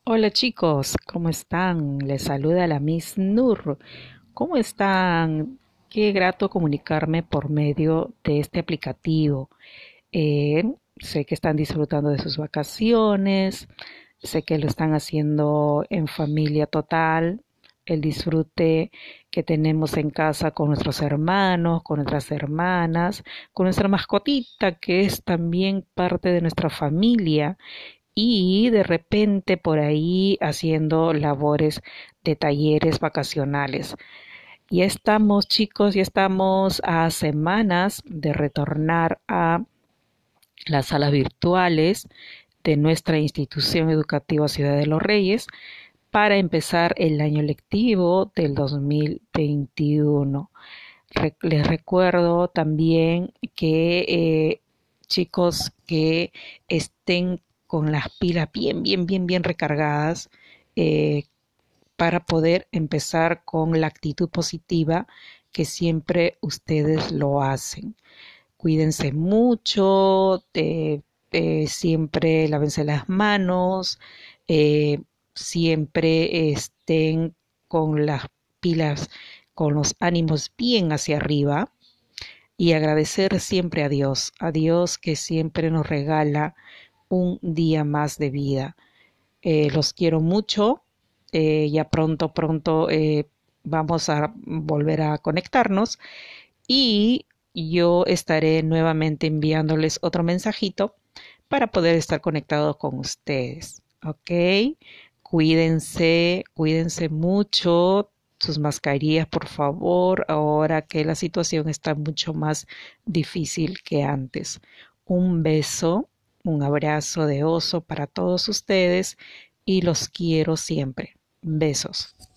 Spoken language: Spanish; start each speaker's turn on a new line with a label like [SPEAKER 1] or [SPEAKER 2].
[SPEAKER 1] Hola chicos, ¿cómo están? Les saluda la Miss Nur. ¿Cómo están? Qué grato comunicarme por medio de este aplicativo. Sé que están disfrutando de sus vacaciones, sé que lo están haciendo en familia total, el disfrute que tenemos en casa con nuestros hermanos, con nuestras hermanas, con nuestra mascotita que es también parte de nuestra familia y de repente por ahí haciendo labores de talleres vacacionales. Ya estamos, chicos, ya estamos a semanas de retornar a las salas virtuales de nuestra institución educativa Ciudad de los Reyes para empezar el año lectivo del 2021. Les recuerdo también que chicos que estén con las pilas bien recargadas eh, para poder empezar con la actitud positiva que siempre ustedes lo hacen. Cuídense mucho, siempre lávense las manos, eh, siempre estén con las pilas, con los ánimos bien hacia arriba y agradecer siempre a Dios que siempre nos regala un día más de vida. Los quiero mucho, ya pronto vamos a volver a conectarnos y yo estaré nuevamente enviándoles otro mensajito para poder estar conectados con ustedes. ¿Ok? Cuídense mucho. Sus mascarillas, por favor, ahora que la situación está mucho más difícil que antes. Un beso, un abrazo de oso para todos ustedes y los quiero siempre. Besos.